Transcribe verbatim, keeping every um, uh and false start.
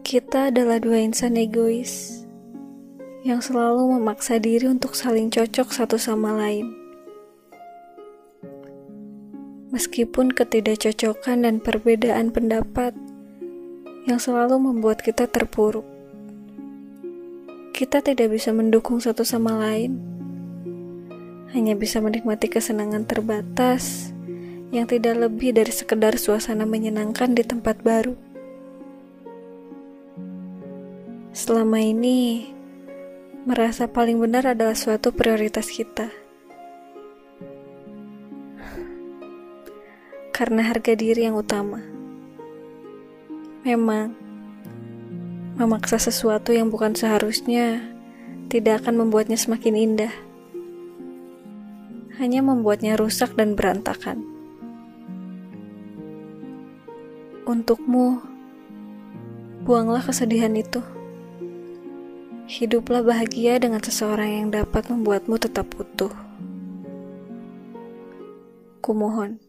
Kita adalah dua insan egois yang selalu memaksa diri untuk saling cocok satu sama lain. Meskipun ketidakcocokan dan perbedaan pendapat yang selalu membuat kita terpuruk, kita tidak bisa mendukung satu sama lain, hanya bisa menikmati kesenangan terbatas yang tidak lebih dari sekedar suasana menyenangkan di tempat baru. Selama ini, merasa paling benar adalah suatu prioritas kita. Karena harga diri yang utama. Memang, memaksa sesuatu yang bukan seharusnya tidak akan membuatnya semakin indah. Hanya membuatnya rusak dan berantakan. Untukmu, buanglah kesedihan itu. Hiduplah bahagia dengan seseorang yang dapat membuatmu tetap utuh. Kumohon.